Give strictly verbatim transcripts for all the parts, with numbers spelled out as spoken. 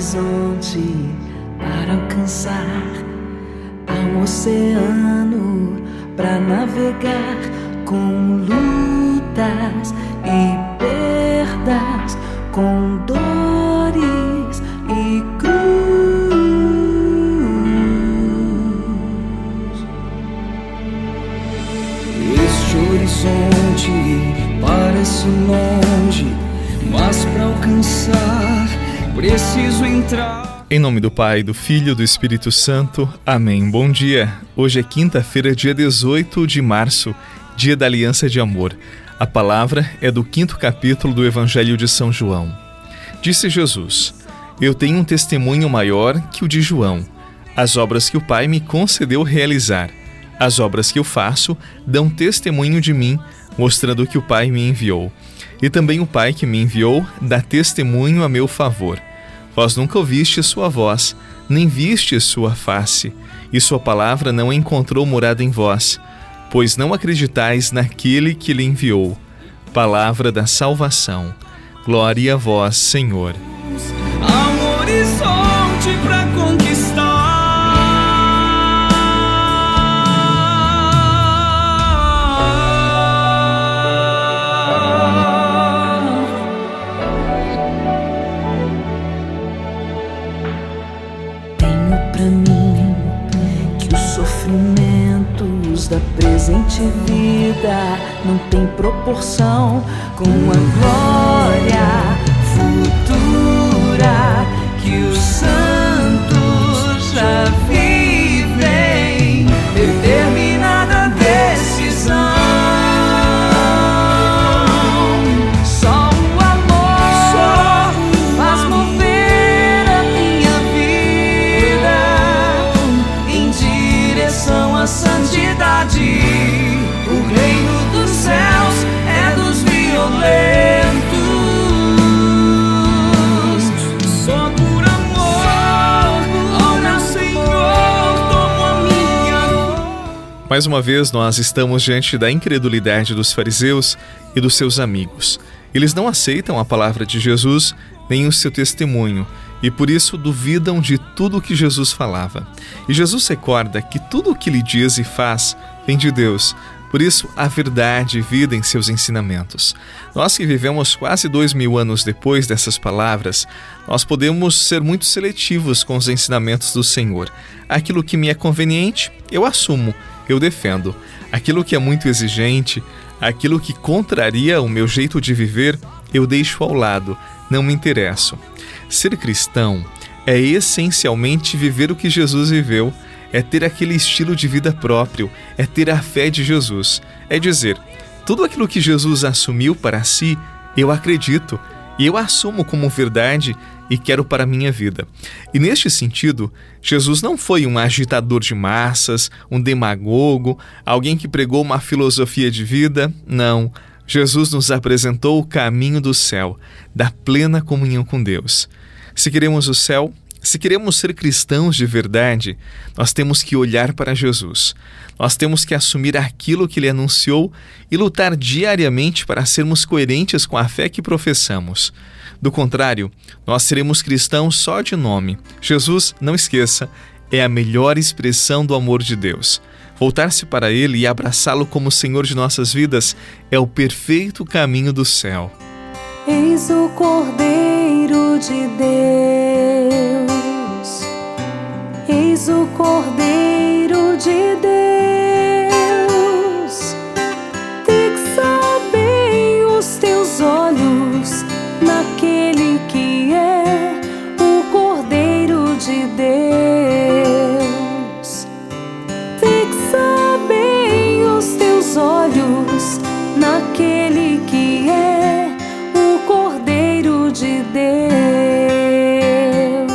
horizonte para alcançar. Há um oceano para navegar, com lutas e perdas, com dores e cruz. Este horizonte parece longe, mas para alcançar preciso entrar. Em nome do Pai, do Filho e do Espírito Santo. Amém. Bom dia. Hoje é quinta-feira, dia dezoito de março, dia da Aliança de Amor. A palavra é do quinto capítulo do Evangelho de São João. Disse Jesus: Eu tenho um testemunho maior que o de João. As obras que o Pai me concedeu realizar, as obras que eu faço, dão testemunho de mim, mostrando que o Pai me enviou. E também o Pai que me enviou dá testemunho a meu favor. Vós nunca ouviste sua voz, nem viste sua face, e sua palavra não encontrou morada em vós, pois não acreditais naquele que lhe enviou. Palavra da salvação. Glória a vós, Senhor. Há um horizonte para conquistar. Pra mim que os sofrimentos da presente vida não têm proporção com a glória futura que os santos já vivem. Determinada decisão, só o amor só faz mover a minha vida em direção à santidade. O reino dos céus é dos violentos. Só por amor ao meu Senhor tomo a minha. Mais uma vez, nós estamos diante da incredulidade dos fariseus e dos seus amigos. Eles não aceitam a palavra de Jesus nem o seu testemunho, e por isso duvidam de tudo o que Jesus falava. E Jesus recorda que tudo o que ele diz e faz vem de Deus. Por isso, há verdade e vida em seus ensinamentos. Nós que vivemos quase dois mil anos depois dessas palavras, nós podemos ser muito seletivos com os ensinamentos do Senhor. Aquilo que me é conveniente, eu assumo, eu defendo. Aquilo que é muito exigente, aquilo que contraria o meu jeito de viver, eu deixo ao lado, não me interesso. Ser cristão é essencialmente viver o que Jesus viveu, é ter aquele estilo de vida próprio, é ter a fé de Jesus. É dizer, tudo aquilo que Jesus assumiu para si, eu acredito e eu assumo como verdade e quero para a minha vida. E neste sentido, Jesus não foi um agitador de massas, um demagogo, alguém que pregou uma filosofia de vida, não. Jesus nos apresentou o caminho do céu, da plena comunhão com Deus. Se queremos o céu, se queremos ser cristãos de verdade, nós temos que olhar para Jesus. Nós temos que assumir aquilo que Ele anunciou e lutar diariamente para sermos coerentes com a fé que professamos. Do contrário, nós seremos cristãos só de nome. Jesus, não esqueça, é a melhor expressão do amor de Deus. Voltar-se para Ele e abraçá-lo como Senhor de nossas vidas é o perfeito caminho do céu. Eis o Cordeiro de Deus, eis o Cordeiro de Deus. Fixa bem os teus olhos naquele que é o Cordeiro de Deus. Fixa bem os teus olhos naquele que é o Cordeiro de Deus,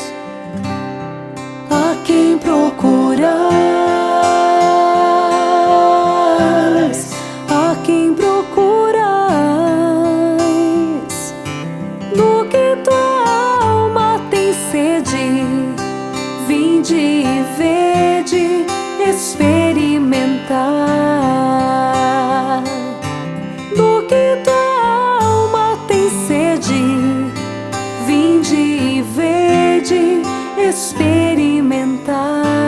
a quem procurais, a quem procurais, do que tua alma tem sede, vinde e vede, experimentar. Do que tua alma tem sede, vinde e vede. sede experimentar.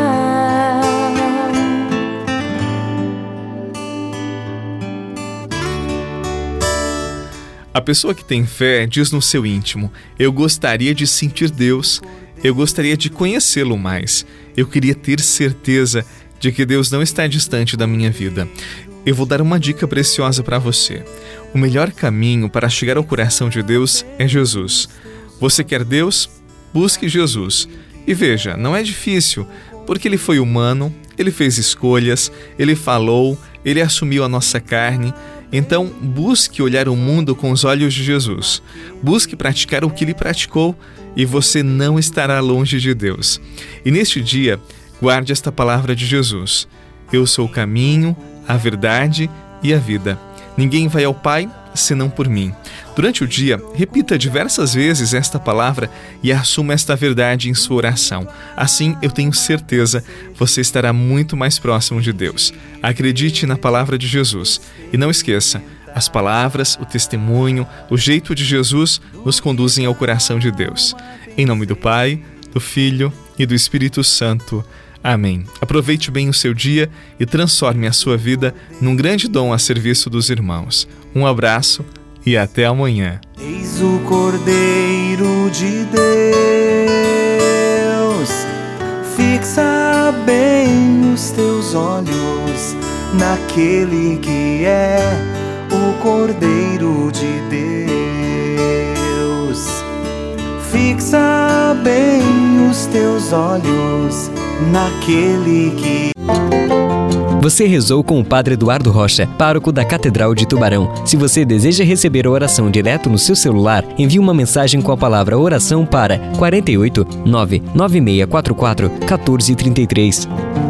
A pessoa que tem fé diz no seu íntimo: eu gostaria de sentir Deus, eu gostaria de conhecê-lo mais, eu queria ter certeza de que Deus não está distante da minha vida. Eu vou dar uma dica preciosa para você. O melhor caminho para chegar ao coração de Deus é Jesus. Você quer Deus? Busque Jesus. E veja, não é difícil, porque Ele foi humano, Ele fez escolhas, Ele falou, Ele assumiu a nossa carne. Então, busque olhar o mundo com os olhos de Jesus. Busque praticar o que Ele praticou e você não estará longe de Deus. E neste dia, guarde esta palavra de Jesus: eu sou o caminho, a verdade e a vida. Ninguém vai ao Pai senão por mim. Durante o dia, repita diversas vezes esta palavra e assuma esta verdade em sua oração. Assim, eu tenho certeza, você estará muito mais próximo de Deus. Acredite na palavra de Jesus. E não esqueça, as palavras, o testemunho, o jeito de Jesus nos conduzem ao coração de Deus. Em nome do Pai, do Filho e do Espírito Santo. Amém. Aproveite bem o seu dia e transforme a sua vida num grande dom a serviço dos irmãos. Um abraço e até amanhã. Eis o Cordeiro de Deus, fixa bem os teus olhos naquele que é o Cordeiro de Deus. Fixa bem os teus olhos naquele que... Você rezou com o Padre Eduardo Rocha, pároco da Catedral de Tubarão. Se você deseja receber a oração direto no seu celular, envie uma mensagem com a palavra oração para quarenta e oito, nove nove seis quatro quatro, um quatro três três.